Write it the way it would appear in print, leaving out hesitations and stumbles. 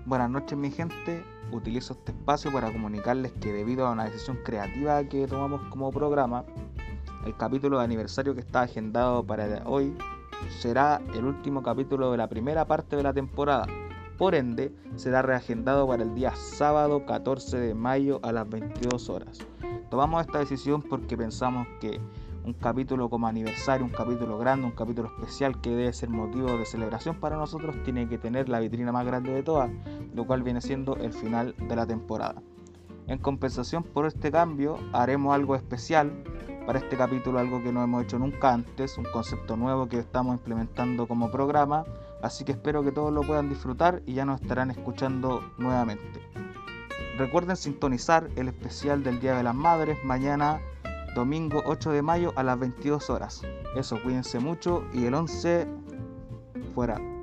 Buenas noches, mi gente. Utilizo este espacio para comunicarles que debido a una decisión creativa que tomamos como programa, el capítulo de aniversario que está agendado para hoy será el último capítulo de la primera parte de la temporada. Por ende, será reagendado para el día sábado 14 de mayo a las 22 horas. Tomamos esta decisión porque pensamos que un capítulo como aniversario, un capítulo grande, un capítulo especial que debe ser motivo de celebración para nosotros, tiene que tener la vitrina más grande de todas, lo cual viene siendo el final de la temporada. En compensación por este cambio, haremos algo especial para este capítulo, algo que no hemos hecho nunca antes, un concepto nuevo que estamos implementando como programa, así que espero que todos lo puedan disfrutar y ya nos estarán escuchando nuevamente. Recuerden sintonizar el especial del Día de las Madres mañana domingo 8 de mayo a las 22 horas. Eso, cuídense mucho y el 11 fuera.